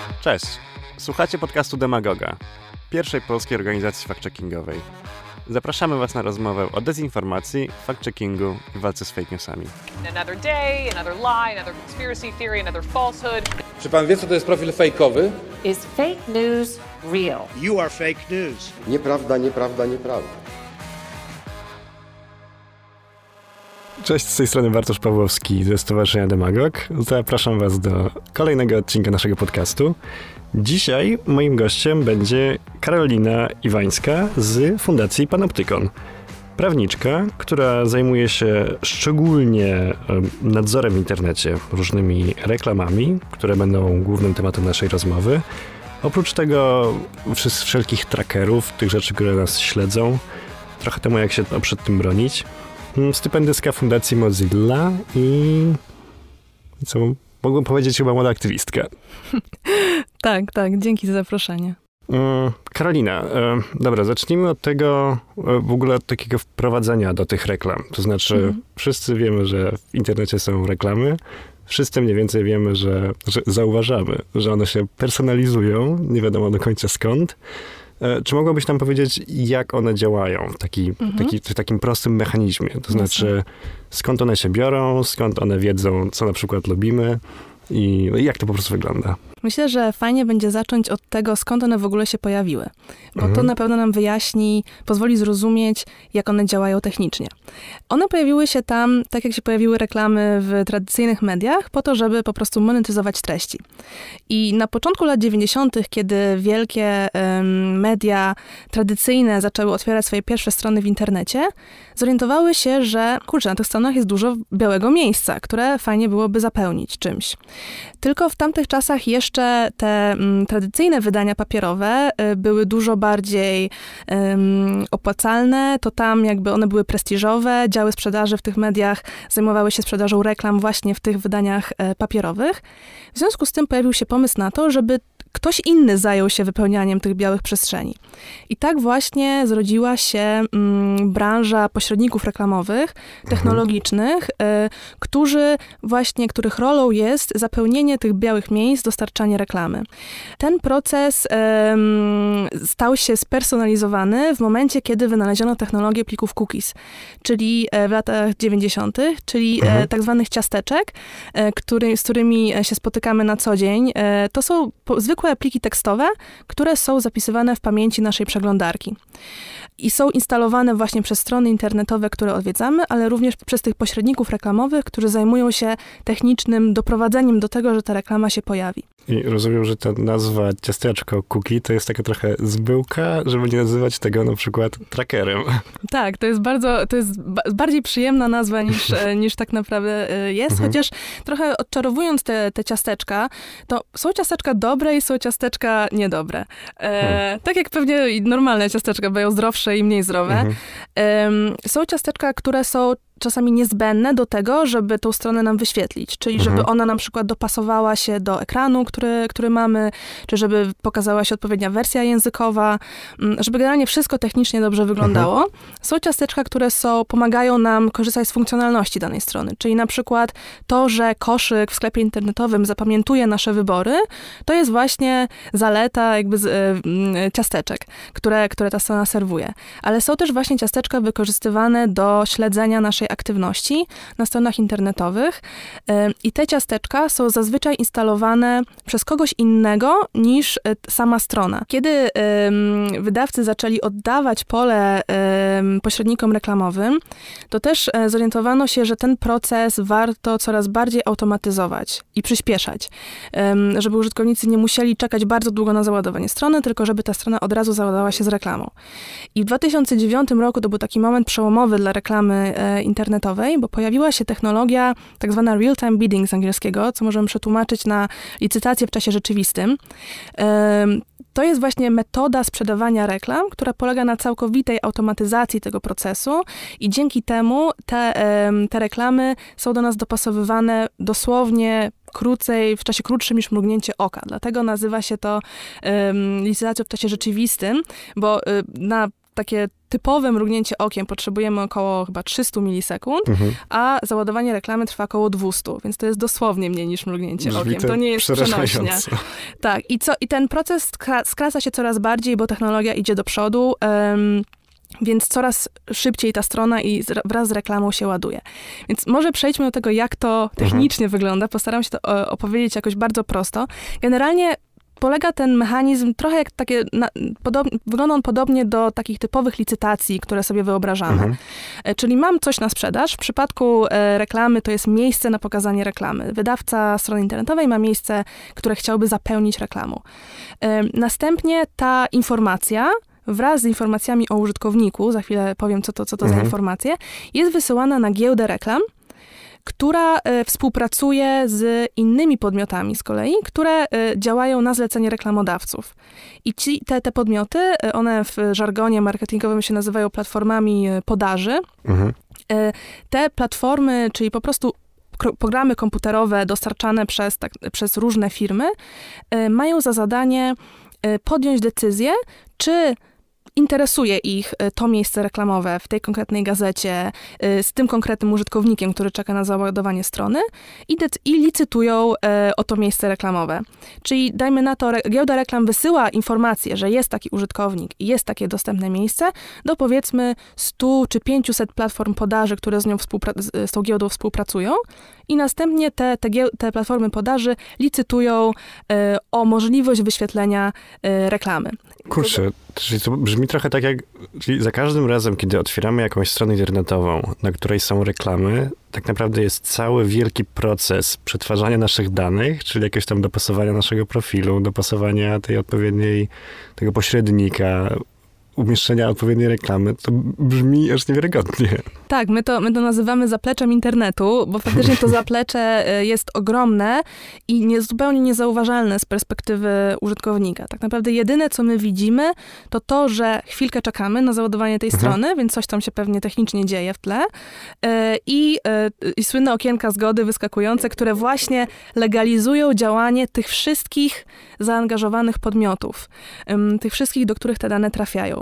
Cześć, słuchacie podcastu Demagoga, pierwszej polskiej organizacji fact-checkingowej. Zapraszamy Was na rozmowę o dezinformacji, fact-checkingu i walce z fake newsami. Another day, another lie, another conspiracy theory, another falsehood. Czy pan wie, co to jest profil fejkowy? Is fake news real? You are fake news. Nieprawda, nieprawda, nieprawda. Cześć, z tej strony Bartosz Pawłowski ze Stowarzyszenia Demagog. Zapraszam Was do kolejnego odcinka naszego podcastu. Dzisiaj moim gościem będzie Karolina Iwańska z Fundacji Panoptykon. Prawniczka, która zajmuje się szczególnie nadzorem w internecie, różnymi reklamami, które będą głównym tematem naszej rozmowy. Oprócz tego wszelkich trackerów, tych rzeczy, które nas śledzą. Trochę temu, jak się przed tym bronić. Stypendystka Fundacji Mozilla i co mogłem powiedzieć, chyba młoda aktywistka. Tak, dzięki za zaproszenie. Karolina, dobra, zacznijmy od tego, w ogóle od takiego wprowadzenia do tych reklam. To znaczy, wszyscy wiemy, że w internecie są reklamy, wszyscy mniej więcej wiemy, że zauważamy, że one się personalizują, nie wiadomo do końca skąd. Czy mogłabyś nam powiedzieć, jak one działają w takim prostym mechanizmie? To znaczy, skąd one się biorą, skąd one wiedzą, co na przykład lubimy i jak to po prostu wygląda? Myślę, że fajnie będzie zacząć od tego, skąd one w ogóle się pojawiły. Bo to na pewno nam wyjaśni, pozwoli zrozumieć, jak one działają technicznie. One pojawiły się tam, tak jak się pojawiły reklamy w tradycyjnych mediach, po to, żeby po prostu monetyzować treści. I na początku lat 90., kiedy wielkie media tradycyjne zaczęły otwierać swoje pierwsze strony w internecie, zorientowały się, że na tych stronach jest dużo białego miejsca, które fajnie byłoby zapełnić czymś. Tylko w tamtych czasach jeszcze te tradycyjne wydania papierowe były dużo bardziej opłacalne, to tam jakby one były prestiżowe, działy sprzedaży w tych mediach zajmowały się sprzedażą reklam właśnie w tych wydaniach papierowych. W związku z tym pojawił się pomysł na to, żeby ktoś inny zajął się wypełnianiem tych białych przestrzeni. I tak właśnie zrodziła się branża pośredników reklamowych, technologicznych, których rolą jest zapełnienie tych białych miejsc, dostarczanie reklamy. Ten proces stał się spersonalizowany w momencie, kiedy wynaleziono technologię plików cookies, czyli w latach 90., czyli tak zwanych ciasteczek, z którymi się spotykamy na co dzień. To są zwykłe pliki tekstowe, które są zapisywane w pamięci naszej przeglądarki. I są instalowane właśnie przez strony internetowe, które odwiedzamy, ale również przez tych pośredników reklamowych, którzy zajmują się technicznym doprowadzeniem do tego, że ta reklama się pojawi. I rozumiem, że ta nazwa ciasteczko cookie to jest taka trochę zbyłka, żeby nie nazywać tego na przykład trackerem. Tak, to jest bardziej przyjemna nazwa niż tak naprawdę jest, chociaż trochę odczarowując te ciasteczka, to są ciasteczka dobre i są ciasteczka niedobre. Tak jak pewnie normalne ciasteczka były zdrowsze i mniej zdrowe. Są ciasteczka, które są czasami niezbędne do tego, żeby tą stronę nam wyświetlić, czyli żeby ona na przykład dopasowała się do ekranu, który mamy, czy żeby pokazała się odpowiednia wersja językowa, żeby generalnie wszystko technicznie dobrze wyglądało. Są ciasteczka, które pomagają nam korzystać z funkcjonalności danej strony, czyli na przykład to, że koszyk w sklepie internetowym zapamiętuje nasze wybory, to jest właśnie zaleta jakby ciasteczek, które ta strona serwuje. Ale są też właśnie ciasteczka wykorzystywane do śledzenia naszej aktywności na stronach internetowych i te ciasteczka są zazwyczaj instalowane przez kogoś innego niż sama strona. Kiedy wydawcy zaczęli oddawać pole pośrednikom reklamowym, to też zorientowano się, że ten proces warto coraz bardziej automatyzować i przyspieszać, żeby użytkownicy nie musieli czekać bardzo długo na załadowanie strony, tylko żeby ta strona od razu załadowała się z reklamą. I w 2009 roku to był taki moment przełomowy dla reklamy internetowej, bo pojawiła się technologia tak zwana real-time bidding z angielskiego, co możemy przetłumaczyć na licytację w czasie rzeczywistym. To jest właśnie metoda sprzedawania reklam, która polega na całkowitej automatyzacji tego procesu i dzięki temu te reklamy są do nas dopasowywane dosłownie krócej, w czasie krótszym niż mrugnięcie oka. Dlatego nazywa się to licytacją w czasie rzeczywistym, bo na takie typowe mrugnięcie okiem potrzebujemy około chyba 300 milisekund, a załadowanie reklamy trwa około 200, więc to jest dosłownie mniej niż mrugnięcie okiem. To nie jest przenośnia. Tak, i ten proces skraca się coraz bardziej, bo technologia idzie do przodu, więc coraz szybciej ta strona i wraz z reklamą się ładuje. Więc może przejdźmy do tego, jak to technicznie wygląda. Postaram się to opowiedzieć jakoś bardzo prosto. Generalnie polega ten mechanizm trochę jak takie, wygląda on podobnie do takich typowych licytacji, które sobie wyobrażamy. Czyli mam coś na sprzedaż. W przypadku reklamy to jest miejsce na pokazanie reklamy. Wydawca strony internetowej ma miejsce, które chciałby zapełnić reklamą. Następnie ta informacja wraz z informacjami o użytkowniku, za chwilę powiem, co to za informacje, jest wysyłana na giełdę reklam, która współpracuje z innymi podmiotami z kolei, które działają na zlecenie reklamodawców. I te podmioty, one w żargonie marketingowym się nazywają platformami podaży. Te platformy, czyli po prostu programy komputerowe dostarczane przez różne firmy, mają za zadanie podjąć decyzję, czy interesuje ich to miejsce reklamowe w tej konkretnej gazecie z tym konkretnym użytkownikiem, który czeka na załadowanie strony i licytują o to miejsce reklamowe. Czyli dajmy na to, giełda reklam wysyła informację, że jest taki użytkownik i jest takie dostępne miejsce do powiedzmy 100 czy 500 platform podaży, które z tą giełdą współpracują i następnie te platformy podaży licytują o możliwość wyświetlenia reklamy. Kurczę, czyli to brzmi trochę tak jak, czyli za każdym razem, kiedy otwieramy jakąś stronę internetową, na której są reklamy, tak naprawdę jest cały wielki proces przetwarzania naszych danych, czyli jakiegoś tam dopasowania naszego profilu, dopasowania tego pośrednika, umieszczenia odpowiedniej reklamy. To brzmi aż niewiarygodnie. Tak, my to nazywamy zapleczem internetu, bo faktycznie to zaplecze jest ogromne i zupełnie niezauważalne z perspektywy użytkownika. Tak naprawdę jedyne, co my widzimy, to, że chwilkę czekamy na załadowanie tej strony, więc coś tam się pewnie technicznie dzieje w tle i słynne okienka zgody wyskakujące, które właśnie legalizują działanie tych wszystkich zaangażowanych podmiotów, tych wszystkich, do których te dane trafiają.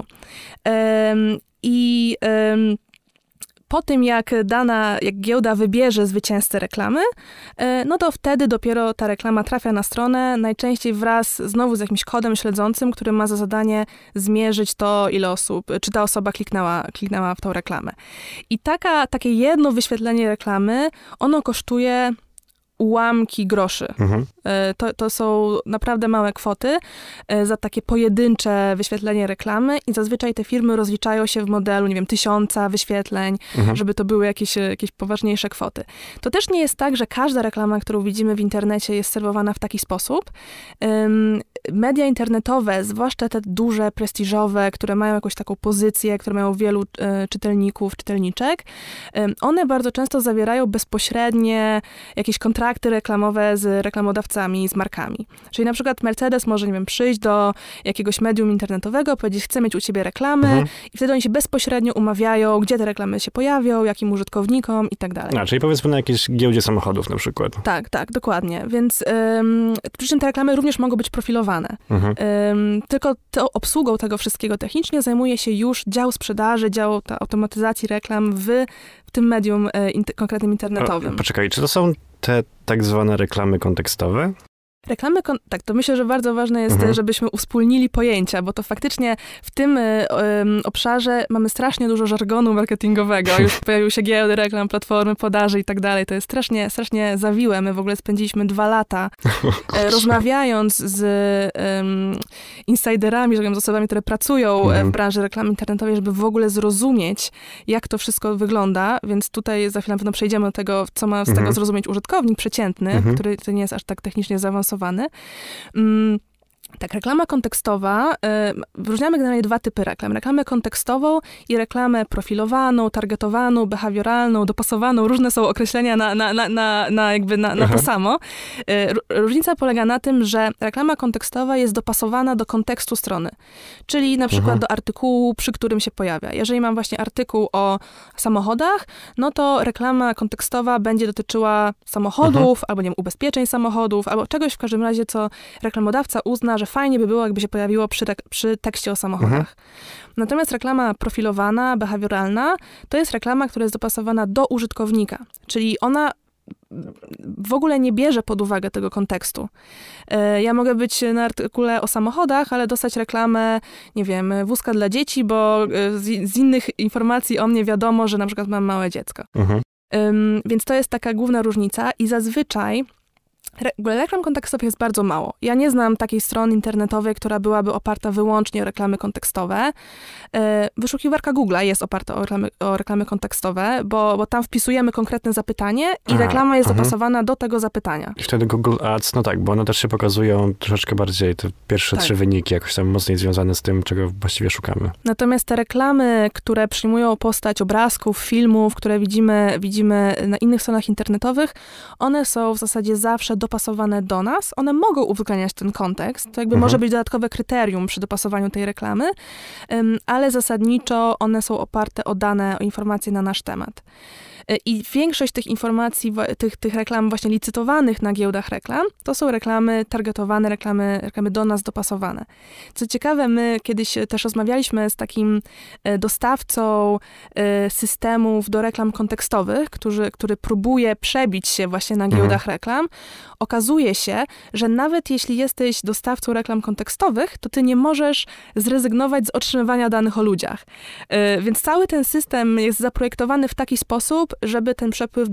Po tym, jak giełda wybierze zwycięzcę reklamy, no to wtedy dopiero ta reklama trafia na stronę, najczęściej wraz znowu z jakimś kodem śledzącym, który ma za zadanie zmierzyć to, ile osób, czy ta osoba kliknęła w tą reklamę. I takie jedno wyświetlenie reklamy, ono kosztuje ułamki groszy. To są naprawdę małe kwoty za takie pojedyncze wyświetlenie reklamy i zazwyczaj te firmy rozliczają się w modelu, 1000 wyświetleń, żeby to były jakieś poważniejsze kwoty. To też nie jest tak, że każda reklama, którą widzimy w internecie, jest serwowana w taki sposób. Media internetowe, zwłaszcza te duże, prestiżowe, które mają jakąś taką pozycję, które mają wielu czytelników, czytelniczek, one bardzo często zawierają bezpośrednie jakieś kontrakty reklamowe z reklamodawcami, z markami. Czyli na przykład Mercedes może, przyjść do jakiegoś medium internetowego, powiedzieć, chcę mieć u ciebie reklamy i wtedy oni się bezpośrednio umawiają, gdzie te reklamy się pojawią, jakim użytkownikom i tak dalej. Czyli powiedzmy na jakiejś giełdzie samochodów na przykład. Tak, dokładnie. Więc przy czym te reklamy również mogą być profilowane. Tylko obsługą tego wszystkiego technicznie zajmuje się już dział sprzedaży, dział automatyzacji reklam w tym medium konkretnym internetowym. Poczekaj, czy to są te tak zwane reklamy kontekstowe? Tak, to myślę, że bardzo ważne jest, żebyśmy uspólnili pojęcia, bo to faktycznie w tym obszarze mamy strasznie dużo żargonu marketingowego. Już pojawiły się giełdy reklam, platformy podaży i tak dalej. To jest strasznie zawiłe. My w ogóle spędziliśmy 2 lata rozmawiając z insiderami, z osobami, które pracują w branży reklamy internetowej, żeby w ogóle zrozumieć, jak to wszystko wygląda, więc tutaj za chwilę na pewno przejdziemy do tego, co ma z tego zrozumieć użytkownik przeciętny, który to nie jest aż tak technicznie zaawansowany. Tak, reklama kontekstowa, wyróżniamy generalnie 2 typy reklam. Reklamę kontekstową i reklamę profilowaną, targetowaną, behawioralną, dopasowaną. Różne są określenia na to samo. Różnica polega na tym, że reklama kontekstowa jest dopasowana do kontekstu strony. Czyli na przykład do artykułu, przy którym się pojawia. Jeżeli mam właśnie artykuł o samochodach, no to reklama kontekstowa będzie dotyczyła samochodów, albo ubezpieczeń samochodów, albo czegoś w każdym razie, co reklamodawca uzna, że że fajnie by było, jakby się pojawiło przy tekście o samochodach. Natomiast reklama profilowana, behawioralna, to jest reklama, która jest dopasowana do użytkownika. Czyli ona w ogóle nie bierze pod uwagę tego kontekstu. Ja mogę być na artykule o samochodach, ale dostać reklamę, nie wiem, wózka dla dzieci, bo z innych informacji o mnie wiadomo, że na przykład mam małe dziecko. Więc to jest taka główna różnica i zazwyczaj reklam kontekstowych jest bardzo mało. Ja nie znam takiej strony internetowej, która byłaby oparta wyłącznie o reklamy kontekstowe. Wyszukiwarka Google'a jest oparta o reklamy kontekstowe, bo tam wpisujemy konkretne zapytanie i reklama jest dopasowana do tego zapytania. I wtedy Google Ads, no tak, bo one też się pokazują troszeczkę bardziej, te pierwsze 3 wyniki jakoś tam mocniej związane z tym, czego właściwie szukamy. Natomiast te reklamy, które przyjmują postać obrazków, filmów, które widzimy na innych stronach internetowych, one są w zasadzie zawsze dopasowane do nas. One mogą uwzględniać ten kontekst. To jakby może być dodatkowe kryterium przy dopasowaniu tej reklamy, ale zasadniczo one są oparte o dane, o informacje na nasz temat. I większość tych informacji, tych reklam właśnie licytowanych na giełdach reklam, to są reklamy targetowane, reklamy do nas dopasowane. Co ciekawe, my kiedyś też rozmawialiśmy z takim dostawcą systemów do reklam kontekstowych, który próbuje przebić się właśnie na giełdach reklam. Okazuje się, że nawet jeśli jesteś dostawcą reklam kontekstowych, to ty nie możesz zrezygnować z otrzymywania danych o ludziach. Więc cały ten system jest zaprojektowany w taki sposób, żeby ten przepływ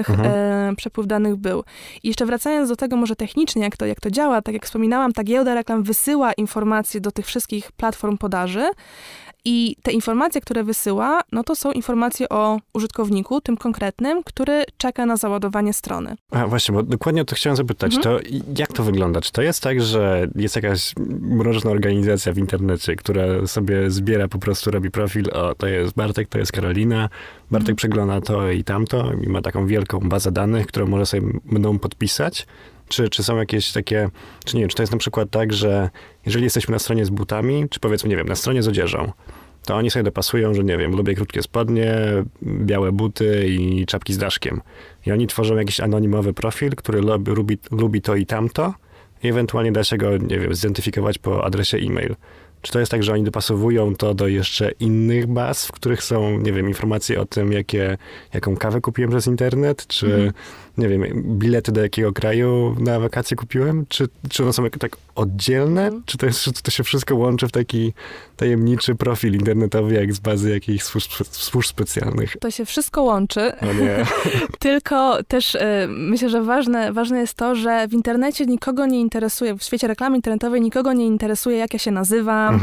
danych był. I jeszcze wracając do tego może technicznie, jak to działa, tak jak wspominałam, ta giełda reklam wysyła informacje do tych wszystkich platform podaży i te informacje, które wysyła, no to są informacje o użytkowniku, tym konkretnym, który czeka na załadowanie strony. A właśnie, bo dokładnie o to chciałem zapytać. To jak to wygląda? Czy to jest tak, że jest jakaś mroczna organizacja w internecie, która sobie zbiera, po prostu robi profil, o, to jest Bartek, to jest Karolina, Bartek przegląda to i tamto i ma taką wielką bazę danych, którą może sobie będą podpisać? Czy są jakieś takie, czy nie wiem, czy to jest na przykład tak, że jeżeli jesteśmy na stronie z butami, czy powiedzmy, nie wiem, na stronie z odzieżą, to oni sobie dopasują, że nie wiem, lubię krótkie spodnie, białe buty i czapki z daszkiem. I oni tworzą jakiś anonimowy profil, który lubi to i tamto i ewentualnie da się go, nie wiem, zidentyfikować po adresie e-mail. Czy to jest tak, że oni dopasowują to do jeszcze innych baz, w których są, nie wiem, informacje o tym, jaką kawę kupiłem przez internet, czy, nie wiem, bilety do jakiego kraju na wakacje kupiłem? Czy one są tak oddzielne? Czy to się wszystko łączy w taki tajemniczy profil internetowy, jak z bazy jakichś służb specjalnych? To się wszystko łączy. O nie. Tylko też myślę, że ważne jest to, że w internecie nikogo nie interesuje, w świecie reklamy internetowej nikogo nie interesuje, jak ja się nazywam,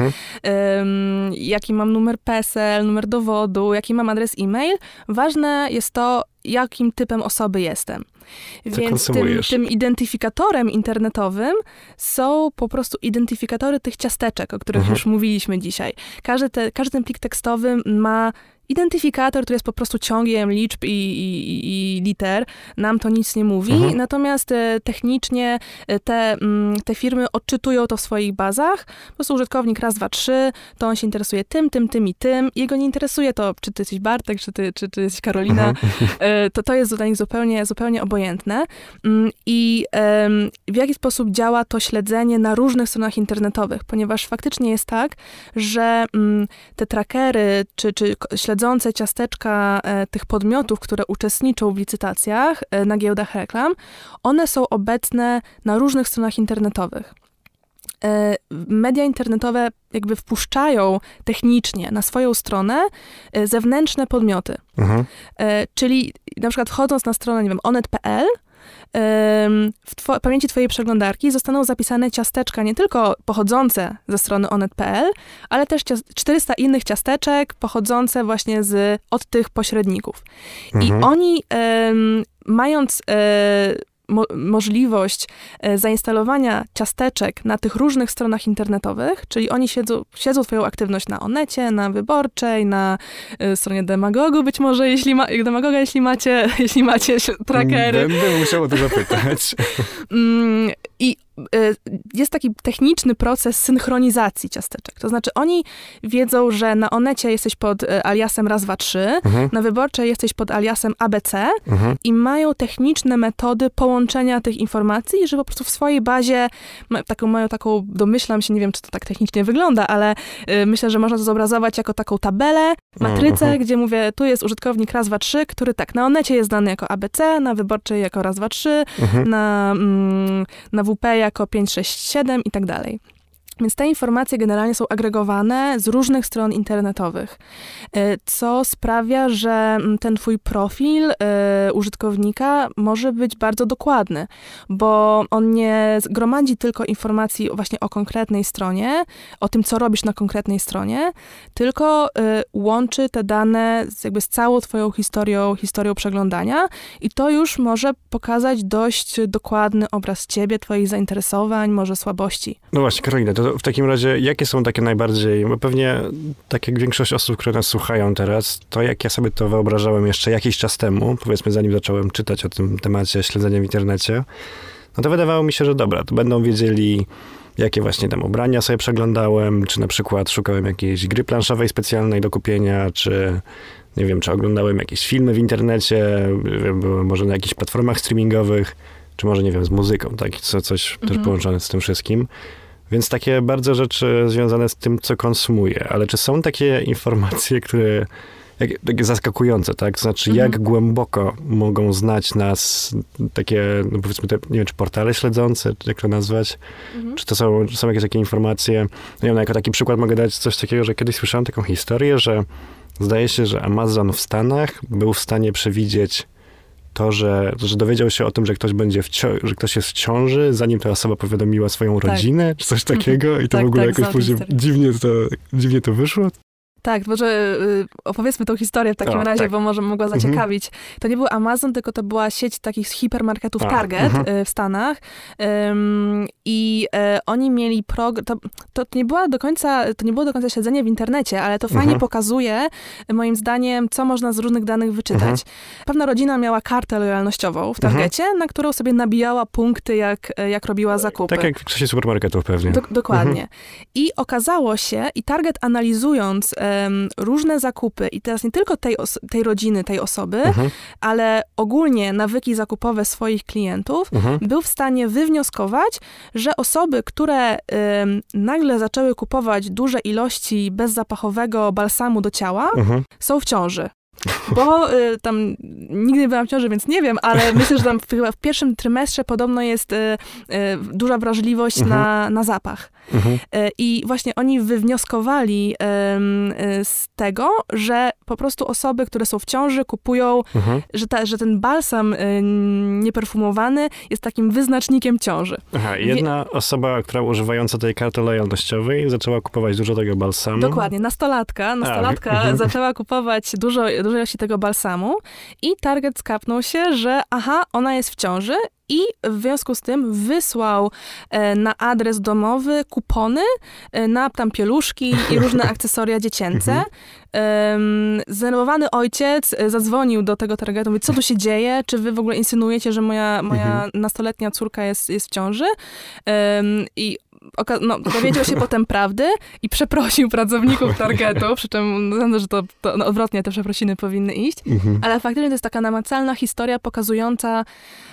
jaki mam numer PESEL, numer dowodu, jaki mam adres e-mail. Ważne jest to, jakim typem osoby jestem. Więc tym identyfikatorem internetowym są po prostu identyfikatory tych ciasteczek, o których już mówiliśmy dzisiaj. Każdy ten plik tekstowy ma identyfikator, który jest po prostu ciągiem liczb i liter. Nam to nic nie mówi. Natomiast technicznie te firmy odczytują to w swoich bazach. Po prostu użytkownik raz, dwa, trzy, to on się interesuje tym i tym. Jego nie interesuje to, czy ty jesteś Bartek, czy ty jesteś Karolina. To jest dla nich zupełnie obojętne. I w jaki sposób działa to śledzenie na różnych stronach internetowych, ponieważ faktycznie jest tak, że te trackery, czy śledzące ciasteczka tych podmiotów, które uczestniczą w licytacjach na giełdach reklam, one są obecne na różnych stronach internetowych. Media internetowe jakby wpuszczają technicznie na swoją stronę zewnętrzne podmioty. Czyli na przykład wchodząc na stronę, nie wiem, onet.pl, w pamięci twojej przeglądarki zostaną zapisane ciasteczka nie tylko pochodzące ze strony onet.pl, ale też 400 innych ciasteczek pochodzące właśnie od tych pośredników. I oni mając możliwość zainstalowania ciasteczek na tych różnych stronach internetowych, czyli oni śledzą twoją aktywność na Onecie, na Wyborczej, na stronie Demagogu być może, jeśli macie trackery. Będę musiał o to zapytać. I jest taki techniczny proces synchronizacji ciasteczek. To znaczy oni wiedzą, że na Onecie jesteś pod aliasem raz, dwa, trzy, na Wyborczej jesteś pod aliasem ABC i mają techniczne metody połączenia tych informacji, że po prostu w swojej bazie mają taką, domyślam się, nie wiem, czy to tak technicznie wygląda, ale myślę, że można to zobrazować jako taką tabelę, matrycę, gdzie mówię, tu jest użytkownik raz, dwa, trzy, który tak, na Onecie jest dany jako ABC, na Wyborczej jako raz, dwa, trzy, na WP jako 5, 6, 7 i tak dalej. Więc te informacje generalnie są agregowane z różnych stron internetowych, co sprawia, że ten twój profil użytkownika może być bardzo dokładny, bo on nie gromadzi tylko informacji właśnie o konkretnej stronie, o tym, co robisz na konkretnej stronie, tylko łączy te dane z całą twoją historią przeglądania i to już może pokazać dość dokładny obraz ciebie, twoich zainteresowań, może słabości. No właśnie, Karolina, to w takim razie jakie są takie najbardziej, bo pewnie tak jak większość osób, które nas słuchają teraz, to jak ja sobie to wyobrażałem jeszcze jakiś czas temu, powiedzmy zanim zacząłem czytać o tym temacie śledzenia w internecie, no to wydawało mi się, że dobra, to będą wiedzieli, jakie właśnie tam ubrania sobie przeglądałem, czy na przykład szukałem jakiejś gry planszowej specjalnej do kupienia, czy nie wiem, czy oglądałem jakieś filmy w internecie, może na jakichś platformach streamingowych, czy może, nie wiem, z muzyką, tak, coś też połączone z tym wszystkim. Więc takie bardzo rzeczy związane z tym, co konsumuję. Ale czy są takie informacje, które takie zaskakujące, tak? To znaczy, jak głęboko mogą znać nas takie, no powiedzmy, nie wiem, czy portale śledzące, czy jak to nazwać? Czy to są jakieś takie informacje? No ja jako taki przykład mogę dać coś takiego, że kiedyś słyszałem taką historię, że zdaje się, że Amazon w Stanach był w stanie przewidzieć to, że dowiedział się o tym, że ktoś że ktoś jest w ciąży, zanim ta osoba powiadomiła swoją rodzinę, czy coś takiego i to w ogóle jakoś później dziwnie to wyszło. Tak, może opowiedzmy tą historię w takim razie, bo może mogła zaciekawić. To nie był Amazon, tylko to była sieć takich hipermarketów Target w Stanach i oni mieli to nie było do końca śledzenie w internecie, ale to fajnie pokazuje, moim zdaniem, co można z różnych danych wyczytać. Pewna rodzina miała kartę lojalnościową w Targecie, na którą sobie nabijała punkty, jak robiła zakupy. Tak jak w większości supermarketów pewnie. Dokładnie. I okazało się, i Target analizując różne zakupy i teraz nie tylko tej rodziny, tej osoby, ale ogólnie nawyki zakupowe swoich klientów, był w stanie wywnioskować, że osoby, które nagle zaczęły kupować duże ilości bezzapachowego balsamu do ciała, są w ciąży. Bo tam nigdy nie byłam w ciąży, więc nie wiem, ale myślę, że tam chyba w pierwszym trymestrze podobno jest duża wrażliwość na zapach. I właśnie oni wywnioskowali z tego, że po prostu osoby, które są w ciąży, kupują, że ten balsam nieperfumowany jest takim wyznacznikiem ciąży. Aha, jedna osoba, która używająca tej karty lojalnościowej zaczęła kupować dużo tego balsamu. Dokładnie, nastolatka zaczęła kupować dużo ilości tego balsamu i Target skapnął się, że ona jest w ciąży i w związku z tym wysłał na adres domowy kupony na tam pieluszki i różne akcesoria dziecięce. Zdenerwowany ojciec zadzwonił do tego Targetu, mówi, co tu się dzieje? Czy wy w ogóle insynuujecie, że moja nastoletnia córka jest w ciąży? I dowiedział się potem prawdy i przeprosił pracowników Targetu, przy czym sądzę, że to odwrotnie te przeprosiny powinny iść, ale faktycznie to jest taka namacalna historia pokazująca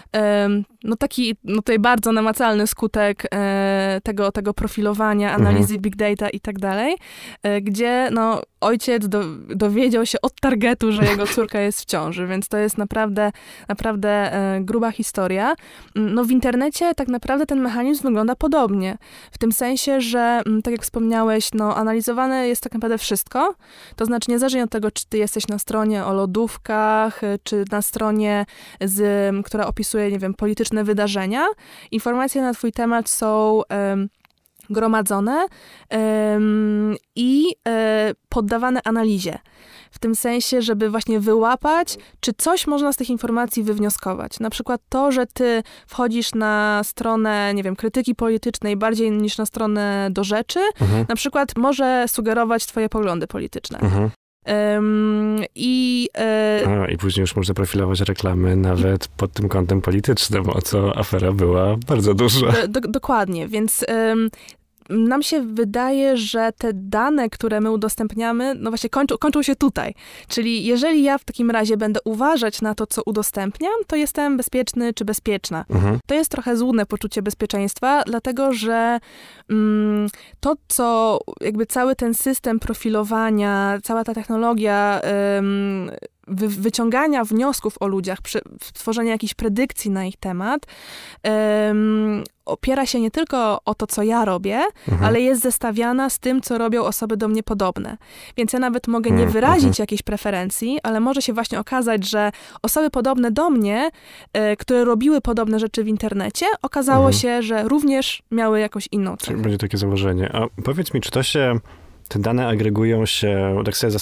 tutaj bardzo namacalny skutek tego profilowania, analizy big data i tak dalej, gdzie ojciec dowiedział się od Targetu, że jego córka jest w ciąży, więc to jest naprawdę gruba historia. W internecie tak naprawdę ten mechanizm wygląda podobnie. W tym sensie, że tak jak wspomniałeś, analizowane jest tak naprawdę wszystko. To znaczy niezależnie od tego, czy ty jesteś na stronie o lodówkach, czy na stronie, która opisuje, nie wiem, polityczne wydarzenia, informacje na twój temat są gromadzone i poddawane analizie. W tym sensie, żeby właśnie wyłapać, czy coś można z tych informacji wywnioskować. Na przykład to, że ty wchodzisz na stronę, nie wiem, krytyki politycznej bardziej niż na stronę do rzeczy, na przykład może sugerować twoje poglądy polityczne. I I później już można profilować reklamy nawet pod tym kątem politycznym, o co afera była bardzo duża. Dokładnie, więc nam się wydaje, że te dane, które my udostępniamy, no właśnie kończą się tutaj. Czyli jeżeli ja w takim razie będę uważać na to, co udostępniam, to jestem bezpieczny czy bezpieczna. To jest trochę złudne poczucie bezpieczeństwa, dlatego że to, co jakby cały ten system profilowania, cała ta technologia wyciągania wniosków o ludziach, tworzenia jakichś predykcji na ich temat, opiera się nie tylko o to, co ja robię, ale jest zestawiana z tym, co robią osoby do mnie podobne. Więc ja nawet mogę nie wyrazić jakiejś preferencji, ale może się właśnie okazać, że osoby podobne do mnie, które robiły podobne rzeczy w internecie, okazało się, że również miały jakąś inną cechę. Czyli będzie takie założenie. A powiedz mi, czy te dane agregują się, tak sobie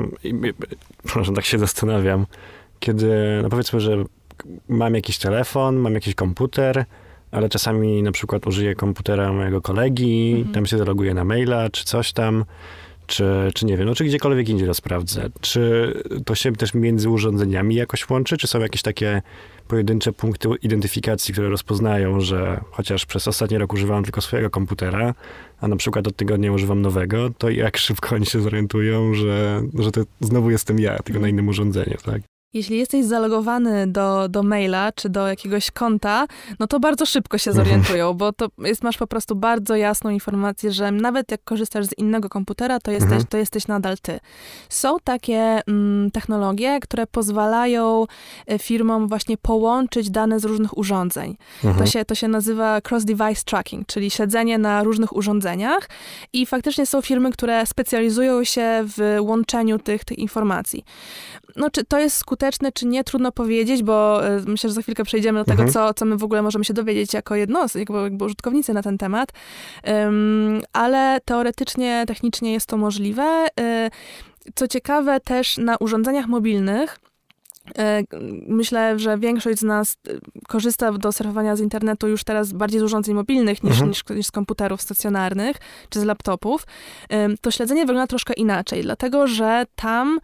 zastanawiam, kiedy, no powiedzmy, że mam jakiś telefon, mam jakiś komputer, ale czasami na przykład użyję komputera mojego kolegi, tam się zaloguję na maila, czy coś tam, czy nie wiem, no czy gdziekolwiek indziej to sprawdzę. Czy to się też między urządzeniami jakoś łączy, czy są jakieś takie pojedyncze punkty identyfikacji, które rozpoznają, że chociaż przez ostatni rok używałem tylko swojego komputera, a na przykład od tygodnia używam nowego, to jak szybko oni się zorientują, że to znowu jestem ja, tylko na innym urządzeniu, tak? Jeśli jesteś zalogowany do maila czy do jakiegoś konta, no to bardzo szybko się zorientują, bo masz po prostu bardzo jasną informację, że nawet jak korzystasz z innego komputera, to jesteś nadal ty. Są takie technologie, które pozwalają firmom właśnie połączyć dane z różnych urządzeń. To się nazywa cross-device tracking, czyli śledzenie na różnych urządzeniach i faktycznie są firmy, które specjalizują się w łączeniu tych informacji. No, czy to jest skuteczne, czy nie, trudno powiedzieć, bo myślę, że za chwilkę przejdziemy do tego, co my w ogóle możemy się dowiedzieć jako jednostki, jakby użytkownicy na ten temat. Ale teoretycznie, technicznie jest to możliwe. Co ciekawe, też na urządzeniach mobilnych myślę, że większość z nas korzysta do surfowania z internetu już teraz bardziej z urządzeń mobilnych niż z komputerów stacjonarnych czy z laptopów. To śledzenie wygląda troszkę inaczej, dlatego że tam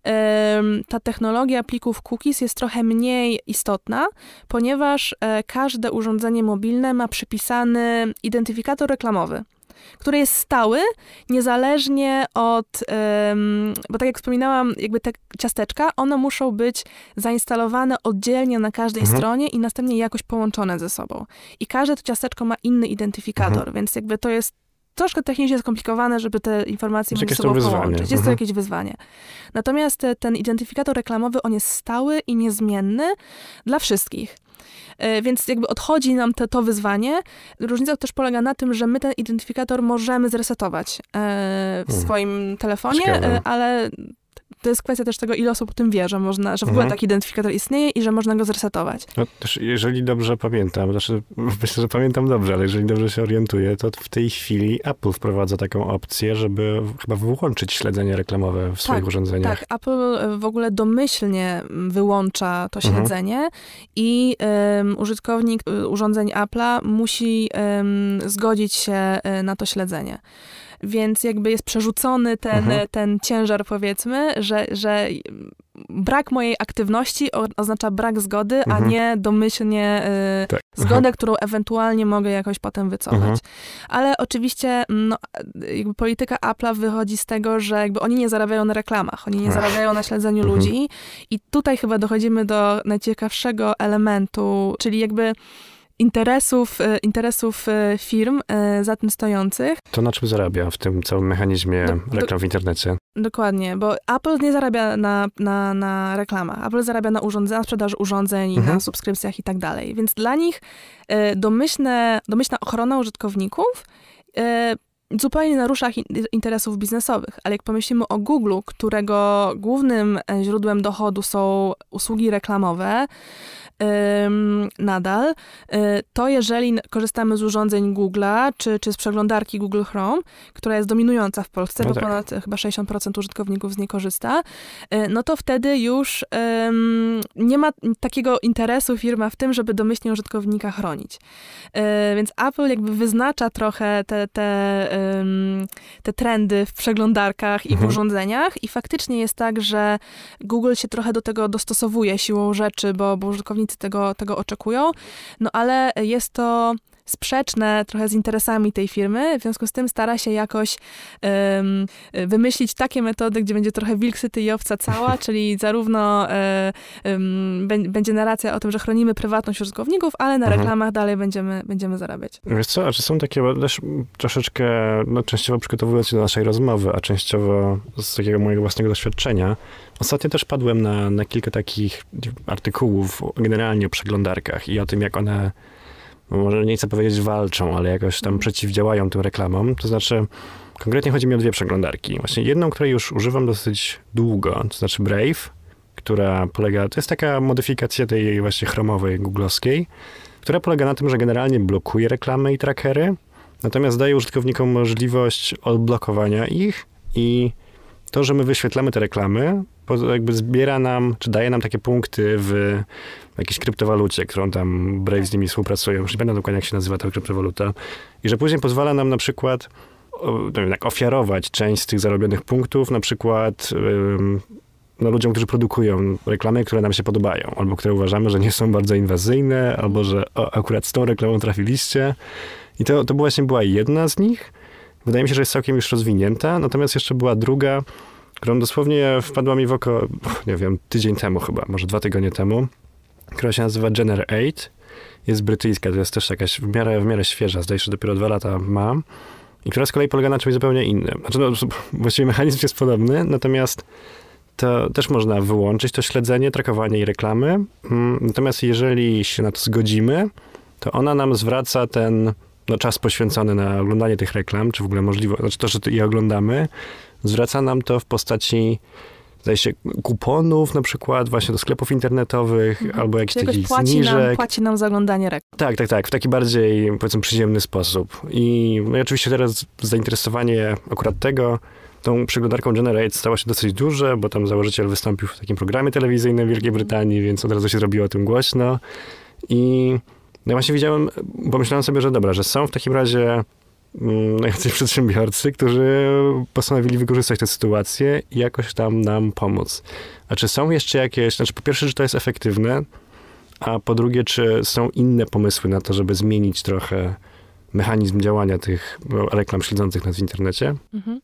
ta technologia plików cookies jest trochę mniej istotna, ponieważ każde urządzenie mobilne ma przypisany identyfikator reklamowy, który jest stały, niezależnie od, bo tak jak wspominałam, jakby te ciasteczka, one muszą być zainstalowane oddzielnie na każdej stronie i następnie jakoś połączone ze sobą. I każde to ciasteczko ma inny identyfikator, więc jakby to jest troszkę technicznie skomplikowane, żeby te informacje między sobą połączyć. Jest to jakieś wyzwanie. Natomiast ten identyfikator reklamowy, on jest stały i niezmienny dla wszystkich. Więc jakby odchodzi nam to wyzwanie. Różnica też polega na tym, że my ten identyfikator możemy zresetować w swoim telefonie, ale to jest kwestia też tego, ile osób o tym wie, że w ogóle taki identyfikator istnieje i że można go zresetować. No też, jeżeli dobrze pamiętam, myślę, że pamiętam dobrze, ale jeżeli dobrze się orientuję, to w tej chwili Apple wprowadza taką opcję, żeby chyba wyłączyć śledzenie reklamowe w swoich urządzeniach. Tak, Apple w ogóle domyślnie wyłącza to śledzenie i użytkownik urządzeń Apple'a musi zgodzić się na to śledzenie. Więc jakby jest przerzucony ten ciężar, powiedzmy, że brak mojej aktywności oznacza brak zgody, a nie domyślnie zgodę, którą ewentualnie mogę jakoś potem wycofać. Ale oczywiście jakby polityka Apple'a wychodzi z tego, że jakby oni nie zarabiają na reklamach, oni nie zarabiają na śledzeniu ludzi i tutaj chyba dochodzimy do najciekawszego elementu, czyli jakby interesów firm za tym stojących. To na czym zarabia w tym całym mechanizmie reklam w internecie? Dokładnie, bo Apple nie zarabia na reklamach. Apple zarabia na sprzedaży urządzeń, na subskrypcjach i tak dalej. Więc dla nich domyślna ochrona użytkowników zupełnie narusza interesów biznesowych. Ale jak pomyślimy o Google, którego głównym źródłem dochodu są usługi reklamowe, nadal, to jeżeli korzystamy z urządzeń Google'a, czy z przeglądarki Google Chrome, która jest dominująca w Polsce, bo ponad chyba 60% użytkowników z niej korzysta, no to wtedy już nie ma takiego interesu firma w tym, żeby domyślnie użytkownika chronić. Więc Apple jakby wyznacza trochę te te trendy w przeglądarkach i w urządzeniach i faktycznie jest tak, że Google się trochę do tego dostosowuje siłą rzeczy, bo użytkownicy tego oczekują, no ale jest to sprzeczne trochę z interesami tej firmy, w związku z tym stara się jakoś wymyślić takie metody, gdzie będzie trochę wilk syty i owca cała, czyli zarówno będzie narracja o tym, że chronimy prywatność użytkowników, ale na reklamach dalej będziemy zarabiać. Wiesz co, a czy są takie, bo też troszeczkę, częściowo przygotowując się do naszej rozmowy, a częściowo z takiego mojego własnego doświadczenia, ostatnio też padłem na kilka takich artykułów generalnie o przeglądarkach i o tym, jak one, może nie chcę powiedzieć walczą, ale jakoś tam przeciwdziałają tym reklamom. To znaczy, konkretnie chodzi mi o 2 przeglądarki. Właśnie jedną, której już używam dosyć długo, to znaczy Brave, która polega, to jest taka modyfikacja tej właśnie chromowej googlowskiej, która polega na tym, że generalnie blokuje reklamy i trackery, natomiast daje użytkownikom możliwość odblokowania ich i to, że my wyświetlamy te reklamy, jakby zbiera nam, czy daje nam takie punkty w jakiejś kryptowalucie, którą tam Brave z nimi współpracują. Już nie pamiętam dokładnie, jak się nazywa ta kryptowaluta. I że później pozwala nam na przykład ofiarować część z tych zarobionych punktów, na przykład ludziom, którzy produkują reklamy, które nam się podobają, albo które uważamy, że nie są bardzo inwazyjne, albo że akurat z tą reklamą trafiliście. I to właśnie była jedna z nich. Wydaje mi się, że jest całkiem już rozwinięta, natomiast jeszcze była druga, którą dosłownie wpadła mi w oko, nie wiem, tydzień temu chyba, może 2 tygodnie temu, która się nazywa Gener8. Jest brytyjska, to jest też jakaś w miarę świeża, zdaje się, że dopiero 2 lata ma. I która z kolei polega na czymś zupełnie innym. Znaczy, właściwie mechanizm jest podobny, natomiast to też można wyłączyć to śledzenie, trakowanie i reklamy. Natomiast jeżeli się na to zgodzimy, to ona nam zwraca ten czas poświęcony na oglądanie tych reklam, czy w ogóle możliwość, znaczy to, że je oglądamy, zwraca nam to w postaci, zdaje się, kuponów na przykład właśnie do sklepów internetowych, albo jakichś takich zniżek. Płaci nam za oglądanie reklam. Tak, w taki bardziej, powiedzmy, przyziemny sposób. I oczywiście teraz zainteresowanie akurat tą przeglądarką Gener8 stało się dosyć duże, bo tam założyciel wystąpił w takim programie telewizyjnym w Wielkiej Brytanii, więc od razu się zrobiło o tym głośno. I ja właśnie widziałem, pomyślałem sobie, że dobra, że są w takim razie jacyś przedsiębiorcy, którzy postanowili wykorzystać tę sytuację i jakoś tam nam pomóc. A czy są jeszcze jakieś, znaczy po pierwsze, czy to jest efektywne, a po drugie, czy są inne pomysły na to, żeby zmienić trochę mechanizm działania tych reklam śledzących nas w internecie?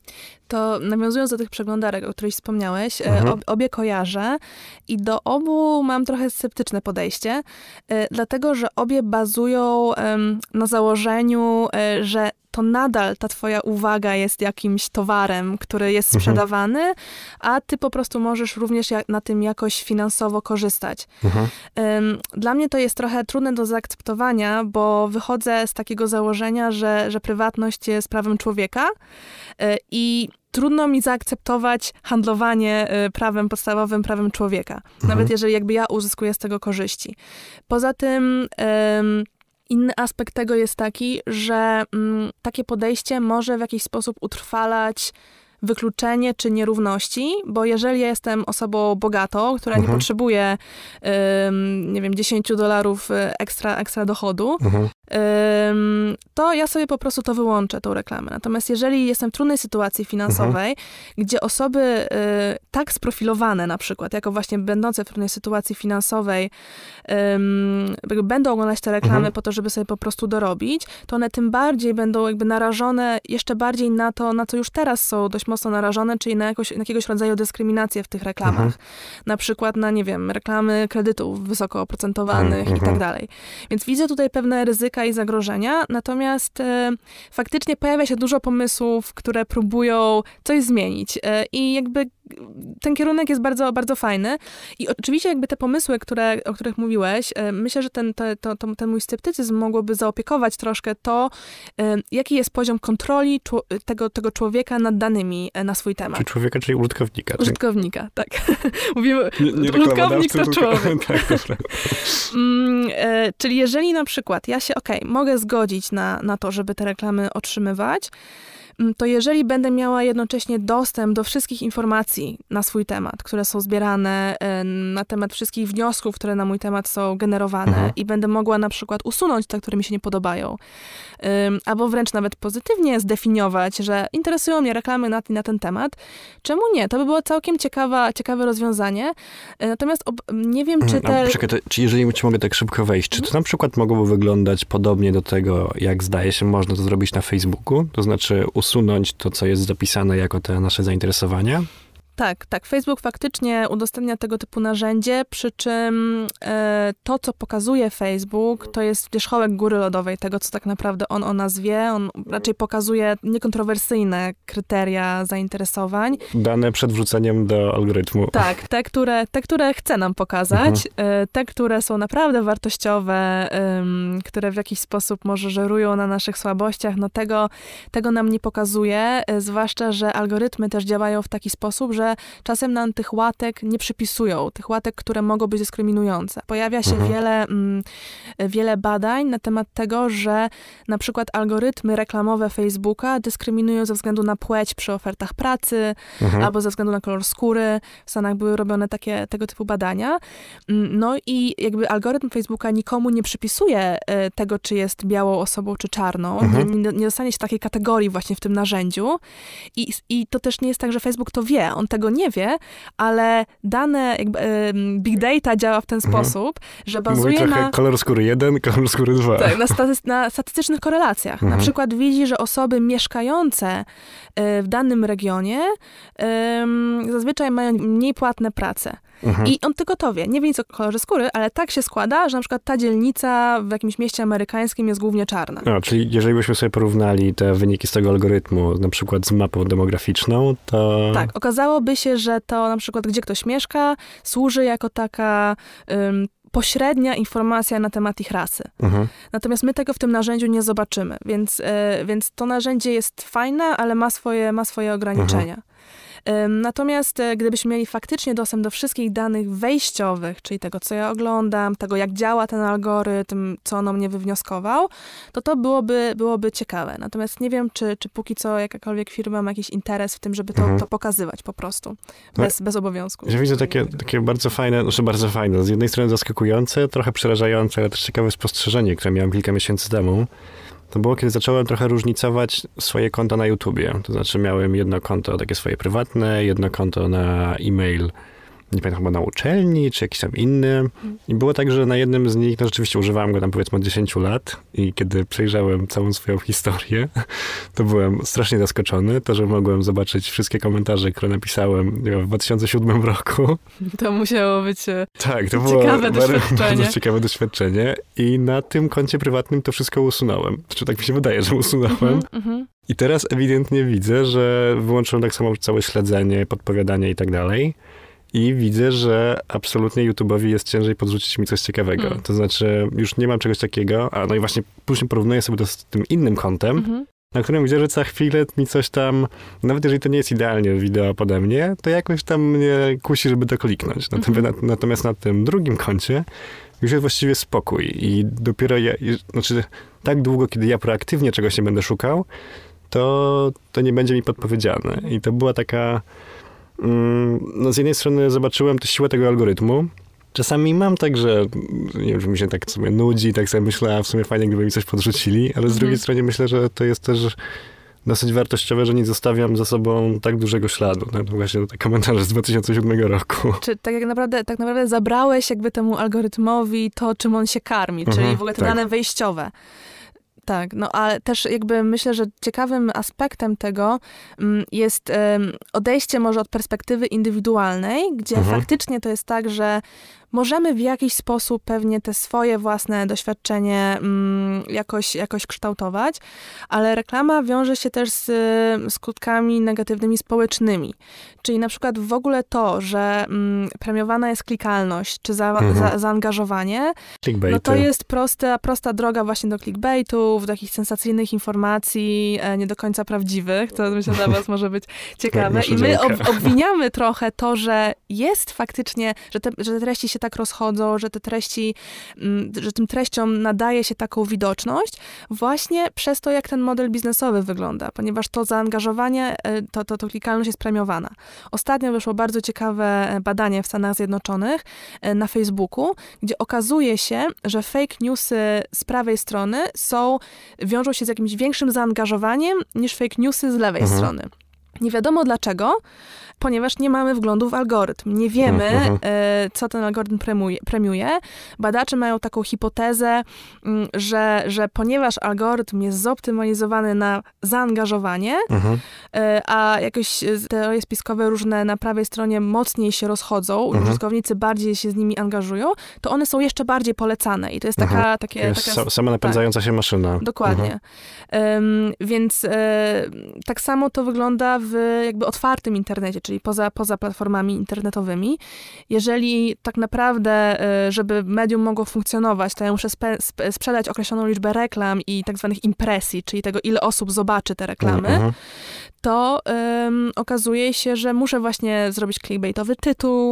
To nawiązując do tych przeglądarek, o których wspomniałeś, obie kojarzę i do obu mam trochę sceptyczne podejście, dlatego, że obie bazują na założeniu, że to nadal ta twoja uwaga jest jakimś towarem, który jest sprzedawany, a ty po prostu możesz również na tym jakoś finansowo korzystać. Dla mnie to jest trochę trudne do zaakceptowania, bo wychodzę z takiego założenia, że prywatność jest prawem człowieka i trudno mi zaakceptować handlowanie prawem podstawowym, prawem człowieka. Nawet jeżeli jakby ja uzyskuję z tego korzyści. Poza tym inny aspekt tego jest taki, że takie podejście może w jakiś sposób utrwalać wykluczenie czy nierówności, bo jeżeli ja jestem osobą bogatą, która nie potrzebuje, nie wiem, $10 ekstra dochodu, to ja sobie po prostu to wyłączę, tą reklamę. Natomiast jeżeli jestem w trudnej sytuacji finansowej, gdzie osoby tak sprofilowane na przykład, jako właśnie będące w trudnej sytuacji finansowej, będą oglądać te reklamy po to, żeby sobie po prostu dorobić, to one tym bardziej będą jakby narażone jeszcze bardziej na to, na co już teraz są dość mocno narażone, czyli na jakiegoś rodzaju dyskryminację w tych reklamach. Na przykład na, nie wiem, reklamy kredytów wysoko oprocentowanych i tak dalej. Więc widzę tutaj pewne ryzyka i zagrożenia, natomiast faktycznie pojawia się dużo pomysłów, które próbują coś zmienić i jakby ten kierunek jest bardzo, bardzo fajny i oczywiście jakby te pomysły, o których mówiłeś, myślę, że ten mój sceptycyzm mogłoby zaopiekować troszkę to, jaki jest poziom kontroli tego człowieka nad danymi na swój temat. Czyli człowieka, czyli użytkownika. Użytkownika, tak. Mówimy, nie użytkownik to człowiek. Tak, dobra. Czyli jeżeli na przykład ja się, mogę zgodzić na to, żeby te reklamy otrzymywać, to jeżeli będę miała jednocześnie dostęp do wszystkich informacji na swój temat, które są zbierane, na temat wszystkich wniosków, które na mój temat są generowane i będę mogła na przykład usunąć te, które mi się nie podobają, albo wręcz nawet pozytywnie zdefiniować, że interesują mnie reklamy na ten temat, czemu nie? To by było całkiem ciekawe rozwiązanie. Natomiast nie wiem, czy czy jeżeli ci mogę tak szybko wejść, czy to na przykład mogłoby wyglądać podobnie do tego, jak zdaje się można to zrobić na Facebooku? To znaczy usunąć to, co jest zapisane jako te nasze zainteresowania? Tak. Facebook faktycznie udostępnia tego typu narzędzie, przy czym to, co pokazuje Facebook, to jest wierzchołek góry lodowej tego, co tak naprawdę on o nas wie. On raczej pokazuje niekontrowersyjne kryteria zainteresowań. Dane przed wrzuceniem do algorytmu. Tak, te, które chce nam pokazać, te, które są naprawdę wartościowe, które w jakiś sposób może żerują na naszych słabościach, no tego nam nie pokazuje, zwłaszcza, że algorytmy też działają w taki sposób, że czasem nam tych łatek nie przypisują, tych łatek, które mogą być dyskryminujące. Pojawia się wiele badań na temat tego, że na przykład algorytmy reklamowe Facebooka dyskryminują ze względu na płeć przy ofertach pracy, albo ze względu na kolor skóry. W Stanach były robione tego typu badania. No i jakby algorytm Facebooka nikomu nie przypisuje tego, czy jest białą osobą, czy czarną. Nie dostanie się takiej kategorii właśnie w tym narzędziu. I to też nie jest tak, że Facebook to wie. On tego nie wie, ale dane, jakby big data działa w ten sposób, że bazuje na... kolor skóry 1, kolor skóry 2. Tak, na statystycznych korelacjach. Na przykład widzi, że osoby mieszkające w danym regionie zazwyczaj mają mniej płatne prace. I on tylko to wie. Nie wie nic o kolorze skóry, ale tak się składa, że na przykład ta dzielnica w jakimś mieście amerykańskim jest głównie czarna. Czyli jeżeli byśmy sobie porównali te wyniki z tego algorytmu, na przykład z mapą demograficzną, to... Tak, okazałoby się, że to na przykład, gdzie ktoś mieszka, służy jako taka pośrednia informacja na temat ich rasy. Natomiast my tego w tym narzędziu nie zobaczymy, więc to narzędzie jest fajne, ale ma swoje ograniczenia. Natomiast gdybyśmy mieli faktycznie dostęp do wszystkich danych wejściowych, czyli tego, co ja oglądam, tego, jak działa ten algorytm, co on o mnie wywnioskował, to byłoby ciekawe. Natomiast nie wiem, czy póki co jakakolwiek firma ma jakiś interes w tym, żeby to pokazywać po prostu, bez obowiązku. Ja widzę takie bardzo fajne, z jednej strony zaskakujące, trochę przerażające, ale też ciekawe spostrzeżenie, które miałem kilka miesięcy temu. To było, kiedy zacząłem trochę różnicować swoje konta na YouTubie. To znaczy miałem jedno konto takie swoje prywatne, jedno konto na e-mail, nie pamiętam, chyba na uczelni, czy jakiś tam inny. I było tak, że na jednym z nich, rzeczywiście używałem go tam powiedzmy od 10 lat i kiedy przejrzałem całą swoją historię, to byłem strasznie zaskoczony, to, że mogłem zobaczyć wszystkie komentarze, które napisałem w 2007 roku. To musiało być to było bardzo ciekawe doświadczenie. I na tym koncie prywatnym to wszystko usunąłem. Znaczy, tak mi się wydaje, że usunąłem. I teraz ewidentnie widzę, że wyłączyłem tak samo całe śledzenie, podpowiadanie i tak dalej. I widzę, że absolutnie YouTube'owi jest ciężej podrzucić mi coś ciekawego. To znaczy, już nie mam czegoś takiego, no i właśnie później porównuję sobie to z tym innym kontem, na którym widzę, że za chwilę mi coś tam, nawet jeżeli to nie jest idealnie wideo pode mnie, to jakoś tam mnie kusi, żeby to kliknąć. Natomiast na tym drugim koncie już jest właściwie spokój. I dopiero tak długo, kiedy ja proaktywnie czegoś nie będę szukał, to nie będzie mi podpowiedziane. I to była taka... z jednej strony zobaczyłem tę siłę tego algorytmu. Czasami mam tak, że nie wiem, że mi się tak sobie nudzi, tak sobie myślę, a w sumie fajnie, gdyby mi coś podrzucili, ale z drugiej strony myślę, że to jest też dosyć wartościowe, że nie zostawiam za sobą tak dużego śladu. No, to właśnie te komentarze z 2007 roku. Czy tak naprawdę zabrałeś jakby temu algorytmowi to, czym on się karmi, czyli w ogóle te dane wejściowe. Tak, no ale też jakby myślę, że ciekawym aspektem tego jest odejście może od perspektywy indywidualnej, gdzie faktycznie to jest tak, że możemy w jakiś sposób pewnie te swoje własne doświadczenie jakoś kształtować, ale reklama wiąże się też z skutkami negatywnymi społecznymi. Czyli na przykład w ogóle to, że premiowana jest klikalność, czy zaangażowanie, no to jest prosta droga właśnie do clickbaitów, do takich sensacyjnych informacji, nie do końca prawdziwych. To myślę, że dla was może być ciekawe. I my obwiniamy trochę to, że jest faktycznie, że te treści się się tak rozchodzą, że te treści, że tym treściom nadaje się taką widoczność właśnie przez to, jak ten model biznesowy wygląda, ponieważ to zaangażowanie, to klikalność jest premiowana. Ostatnio wyszło bardzo ciekawe badanie w Stanach Zjednoczonych na Facebooku, gdzie okazuje się, że fake newsy z prawej strony wiążą się z jakimś większym zaangażowaniem niż fake newsy z lewej strony. Nie wiadomo dlaczego, ponieważ nie mamy wglądu w algorytm. Nie wiemy, co ten algorytm premiuje. Badacze mają taką hipotezę, że ponieważ algorytm jest zoptymalizowany na zaangażowanie, a jakoś teorie spiskowe różne na prawej stronie mocniej się rozchodzą, użytkownicy bardziej się z nimi angażują, to one są jeszcze bardziej polecane. I to jest taka sama napędzająca się maszyna. Dokładnie. Więc tak samo to wygląda w jakby otwartym internecie, czyli poza platformami internetowymi. Jeżeli tak naprawdę, żeby medium mogło funkcjonować, to ja muszę sprzedać określoną liczbę reklam i tak zwanych impresji, czyli tego, ile osób zobaczy te reklamy, to okazuje się, że muszę właśnie zrobić clickbaitowy tytuł,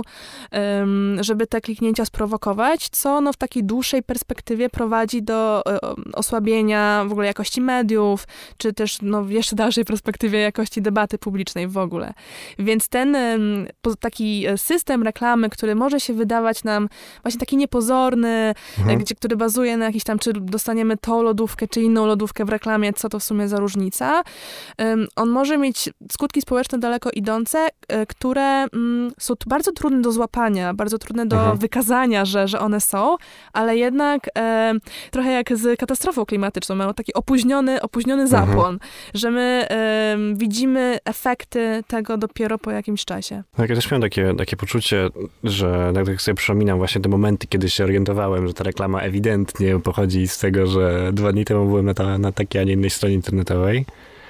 żeby te kliknięcia sprowokować, co w takiej dłuższej perspektywie prowadzi do osłabienia w ogóle jakości mediów, czy też w jeszcze dalszej perspektywie jakości debaty publicznej w ogóle. Więc ten taki system reklamy, który może się wydawać nam właśnie taki niepozorny, który bazuje na jakiś tam, czy dostaniemy tą lodówkę, czy inną lodówkę w reklamie, co to w sumie za różnica, on może mieć skutki społeczne daleko idące, które są bardzo trudne do złapania, bardzo trudne do wykazania, że one są, ale jednak trochę jak z katastrofą klimatyczną, mają taki opóźniony zapłon, że my widzimy efekty tego dopiero po jakimś czasie. Tak, ja też miałem takie poczucie, że tak sobie przypominam właśnie te momenty, kiedy się orientowałem, że ta reklama ewidentnie pochodzi z tego, że 2 dni temu byłem na takiej, a nie innej stronie internetowej.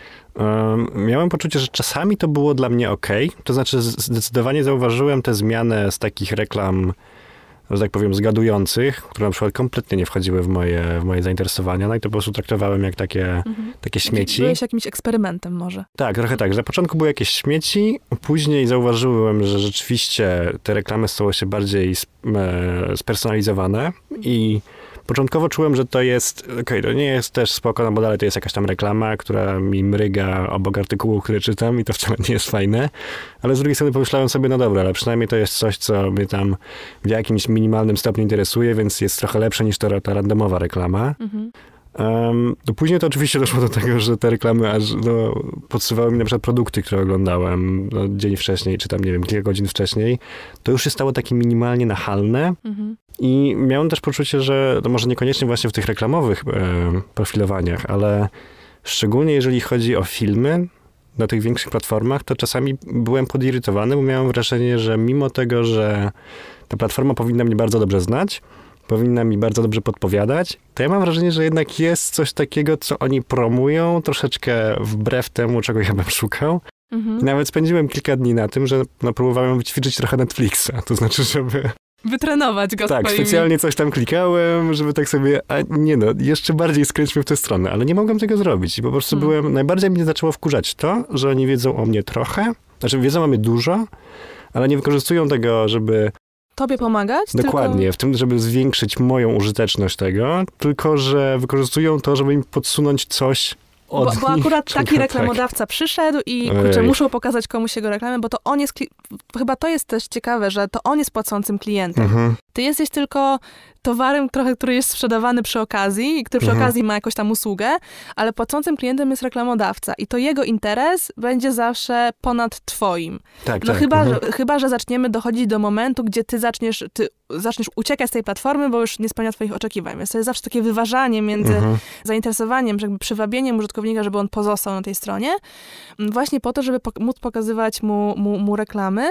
Miałem poczucie, że czasami to było dla mnie okej. To znaczy zdecydowanie zauważyłem tę zmianę z takich reklam, że tak powiem, zgadujących, które na przykład kompletnie nie wchodziły w moje zainteresowania, no i to po prostu traktowałem jak takie śmieci. Byłeś jakimś eksperymentem może. Tak, trochę tak, że na początku były jakieś śmieci, później zauważyłem, że rzeczywiście te reklamy stały się bardziej spersonalizowane i początkowo czułem, że to jest, to nie jest też spoko, no bo dalej to jest jakaś tam reklama, która mi mryga obok artykułu, który czytam i to wcale nie jest fajne. Ale z drugiej strony pomyślałem sobie, no dobra, ale przynajmniej to jest coś, co mnie tam w jakimś minimalnym stopniu interesuje, więc jest trochę lepsze niż ta randomowa reklama. Później to oczywiście doszło do tego, że te reklamy aż podsuwały mi na przykład produkty, które oglądałem dzień wcześniej, czy tam, nie wiem, kilka godzin wcześniej. To już się stało takie minimalnie nachalne. I miałem też poczucie, że to może niekoniecznie właśnie w tych reklamowych profilowaniach, ale szczególnie jeżeli chodzi o filmy na tych większych platformach, to czasami byłem podirytowany, bo miałem wrażenie, że mimo tego, że ta platforma powinna mnie bardzo dobrze znać, powinna mi bardzo dobrze podpowiadać, to ja mam wrażenie, że jednak jest coś takiego, co oni promują troszeczkę wbrew temu, czego ja bym szukał. I nawet spędziłem kilka dni na tym, że próbowałem wyćwiczyć trochę Netflixa, to znaczy, żeby wytrenować go tak, swoimi. specjalnie coś tam klikałem, żeby tak sobie, jeszcze bardziej skręćmy w tę stronę, ale nie mogłem tego zrobić i po prostu najbardziej mnie zaczęło wkurzać to, że oni wiedzą o mnie trochę, znaczy wiedzą o mnie dużo, ale nie wykorzystują tego, żeby tobie pomagać? Dokładnie, w tym, żeby zwiększyć moją użyteczność tego, tylko że wykorzystują to, żeby im podsunąć coś bo akurat taki reklamodawca przyszedł i muszą pokazać komuś jego reklamę, bo to on jest, chyba to jest też ciekawe, że to on jest płacącym klientem. Ty jesteś tylko towarem trochę, który jest sprzedawany przy okazji i który przy okazji ma jakąś tam usługę, ale płacącym klientem jest reklamodawca i to jego interes będzie zawsze ponad twoim. Chyba, że zaczniemy dochodzić do momentu, gdzie ty zaczniesz uciekać z tej platformy, bo już nie spełnia twoich oczekiwań. Więc to jest zawsze takie wyważanie między zainteresowaniem, jakby przywabieniem użytkownika, żeby on pozostał na tej stronie, właśnie po to, żeby móc pokazywać mu reklamy.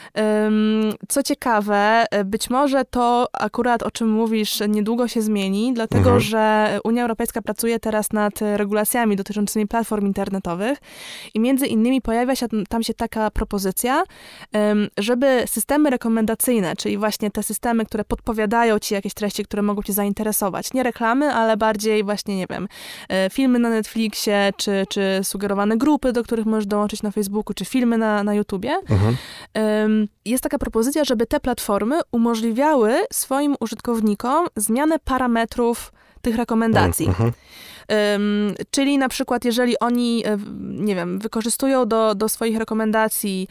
Co ciekawe, być może to akurat, o czym mówisz, niedługo się zmieni, dlatego że Unia Europejska pracuje teraz nad regulacjami dotyczącymi platform internetowych i między innymi pojawia się tam taka propozycja, żeby systemy rekomendacyjne, czyli właśnie te systemy systemy, które podpowiadają ci jakieś treści, które mogą cię zainteresować. Nie reklamy, ale bardziej właśnie, nie wiem, filmy na Netflixie, czy sugerowane grupy, do których możesz dołączyć na Facebooku, czy filmy na YouTubie. Jest taka propozycja, żeby te platformy umożliwiały swoim użytkownikom zmianę parametrów tych rekomendacji. Czyli na przykład, jeżeli oni, nie wiem, wykorzystują do swoich rekomendacji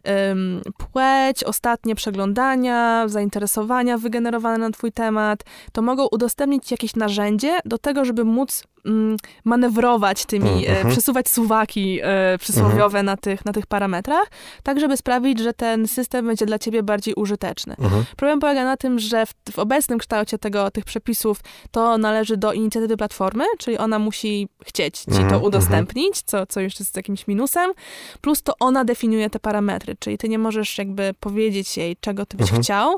płeć, ostatnie przeglądania, zainteresowania wygenerowane na twój temat, to mogą udostępnić ci jakieś narzędzie do tego, żeby móc manewrować tymi, przesuwać suwaki przysłowiowe na tych parametrach, tak żeby sprawić, że ten system będzie dla ciebie bardziej użyteczny. Problem polega na tym, że w obecnym kształcie tych przepisów to należy do inicjatywy platformy, czyli ona musi chcieć ci to udostępnić, co już jest jakimś minusem, plus to ona definiuje te parametry, czyli ty nie możesz jakby powiedzieć jej, czego ty byś chciał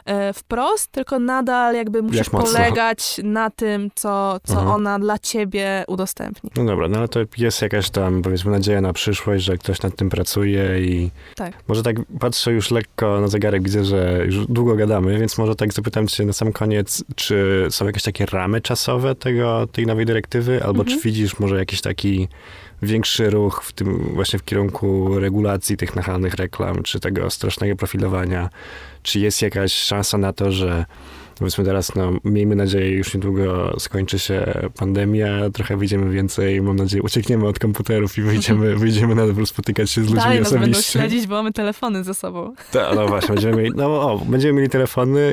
wprost, tylko nadal jakby musisz polegać na tym, co ona dla ciebie udostępni. No dobra, no ale to jest jakaś tam, powiedzmy, nadzieja na przyszłość, że ktoś nad tym pracuje i może tak patrzę już lekko na zegarek, widzę, że już długo gadamy, więc może tak zapytam cię na sam koniec, czy są jakieś takie ramy czasowe tej nowej dyrektywy, albo czy widzisz może jakiś taki większy ruch w tym właśnie w kierunku regulacji tych nachalnych reklam, czy tego strasznego profilowania? Czy jest jakaś szansa na to, że powiedzmy teraz, no miejmy nadzieję, już niedługo skończy się pandemia, trochę wyjdziemy więcej, mam nadzieję, uciekniemy od komputerów i wyjdziemy na dwór spotykać się z ludźmi dalej osobiście. Dalej nas będą śledzić, bo mamy telefony ze sobą. Tak, no właśnie, będziemy mieli telefony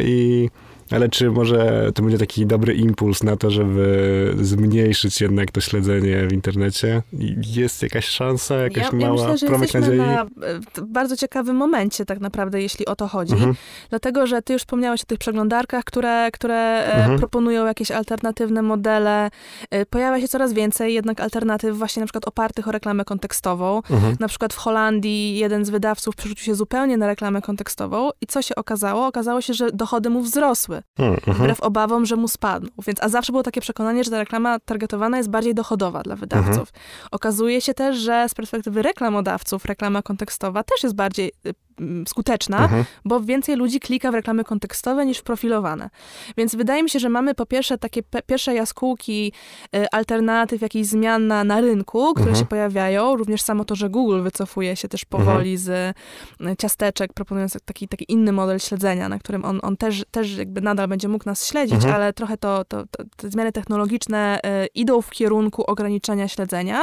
ale czy może to będzie taki dobry impuls na to, żeby zmniejszyć jednak to śledzenie w internecie? Jest jakaś szansa, jakaś mała myślę, że promyk nadziei? na bardzo ciekawym momencie tak naprawdę, jeśli o to chodzi. Dlatego, że ty już wspomniałeś o tych przeglądarkach, które proponują jakieś alternatywne modele. Pojawia się coraz więcej jednak alternatyw właśnie na przykład opartych o reklamę kontekstową. Na przykład w Holandii jeden z wydawców przerzucił się zupełnie na reklamę kontekstową i co się okazało? Okazało się, że dochody mu wzrosły. Wbrew obawom, że mu spadną. A zawsze było takie przekonanie, że ta reklama targetowana jest bardziej dochodowa dla wydawców. Okazuje się też, że z perspektywy reklamodawców reklama kontekstowa też jest bardziej skuteczna, bo więcej ludzi klika w reklamy kontekstowe niż w profilowane. Więc wydaje mi się, że mamy po pierwsze takie pierwsze jaskółki alternatyw, jakichś zmian na rynku, które się pojawiają. Również samo to, że Google wycofuje się też powoli z ciasteczek, proponując taki inny model śledzenia, na którym on też jakby nadal będzie mógł nas śledzić, ale trochę te zmiany technologiczne idą w kierunku ograniczenia śledzenia,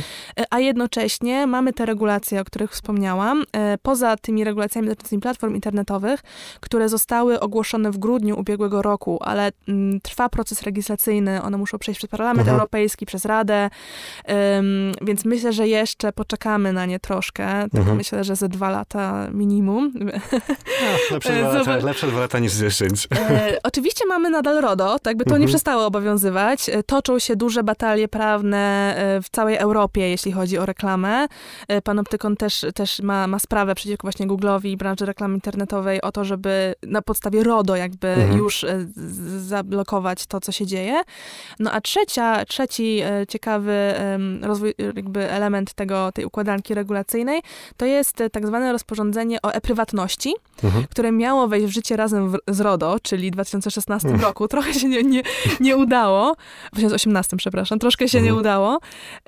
a jednocześnie mamy te regulacje, o których wspomniałam. Poza tymi regulacjami dotyczącymi platform internetowych, które zostały ogłoszone w grudniu ubiegłego roku, ale trwa proces legislacyjny, one muszą przejść przez Parlament Europejski, przez Radę, więc myślę, że jeszcze poczekamy na nie troszkę. Tak myślę, że ze 2 lata minimum. Lepsze 2 lata niż 10. Oczywiście mamy nadal RODO, tak by to nie przestało obowiązywać. Toczą się duże batalie prawne w całej Europie, jeśli chodzi o reklamę. Panoptykon też ma sprawę przeciwko właśnie Google'owi i branży reklamy internetowej o to, żeby na podstawie RODO jakby już zablokować to, co się dzieje. No a trzeci ciekawy rozwój, jakby element tej układanki regulacyjnej, to jest tak zwane rozporządzenie o e-prywatności, które miało wejść w życie razem z RODO, czyli w 2016 roku. Trochę się nie udało. W 2018, przepraszam. Troszkę się nie udało.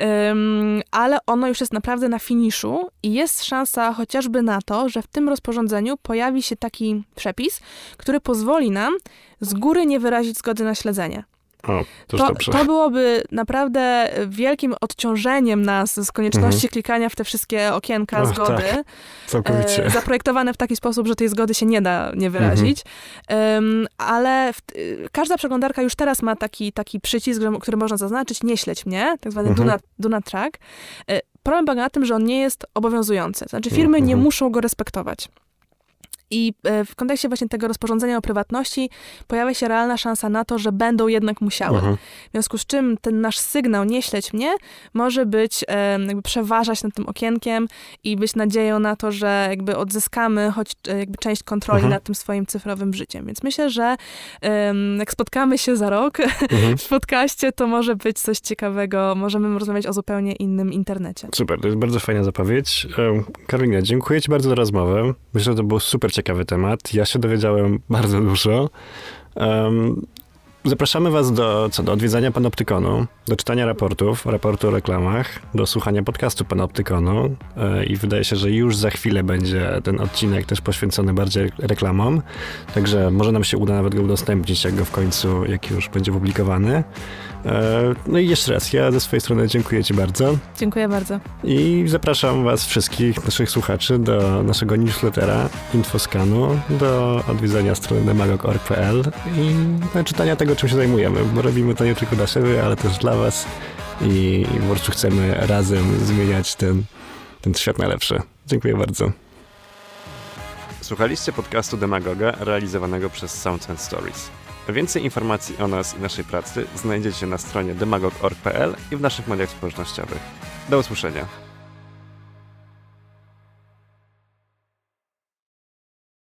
Ale ono już jest naprawdę na finiszu i jest szansa chociażby na to, że w tym rozporządzeniu pojawi się taki przepis, który pozwoli nam z góry nie wyrazić zgody na śledzenie. To byłoby naprawdę wielkim odciążeniem nas z konieczności klikania w te wszystkie okienka zgody. Tak. Całkowicie. Zaprojektowane w taki sposób, że tej zgody się nie da nie wyrazić. Ale każda przeglądarka już teraz ma taki przycisk, który można zaznaczyć, nie śledź mnie, tak zwany do not track. Problem polega na tym, że on nie jest obowiązujący. Znaczy firmy nie muszą go respektować. I w kontekście właśnie tego rozporządzenia o prywatności pojawia się realna szansa na to, że będą jednak musiały. W związku z czym ten nasz sygnał nie śledź mnie może być jakby przeważać nad tym okienkiem i być nadzieją na to, że jakby odzyskamy choć jakby część kontroli nad tym swoim cyfrowym życiem. Więc myślę, że jak spotkamy się za rok w podcaście, to może być coś ciekawego. Możemy rozmawiać o zupełnie innym internecie. Super, to jest bardzo fajna zapowiedź. Karolina, dziękuję ci bardzo za rozmowę. Myślę, że to było super ciekawe ciekawy temat. Ja się dowiedziałem bardzo dużo. Zapraszamy was do odwiedzania Panoptykonu, do czytania raportu o reklamach, do słuchania podcastu Panoptykonu i wydaje się, że już za chwilę będzie ten odcinek też poświęcony bardziej reklamom, także może nam się uda nawet go udostępnić, jak już będzie publikowany. No i jeszcze raz, ja ze swojej strony dziękuję ci bardzo. Dziękuję bardzo. I zapraszam was wszystkich, naszych słuchaczy, do naszego newslettera Infoskanu, do odwiedzenia strony demagog.org.pl i do czytania tego, czym się zajmujemy, bo robimy to nie tylko dla siebie, ale też dla was i po prostu chcemy razem zmieniać ten świat na lepszy. Dziękuję bardzo. Słuchaliście podcastu Demagoga realizowanego przez Sounds and Stories. Więcej informacji o nas i naszej pracy znajdziecie na stronie demagog.org.pl i w naszych mediach społecznościowych. Do usłyszenia.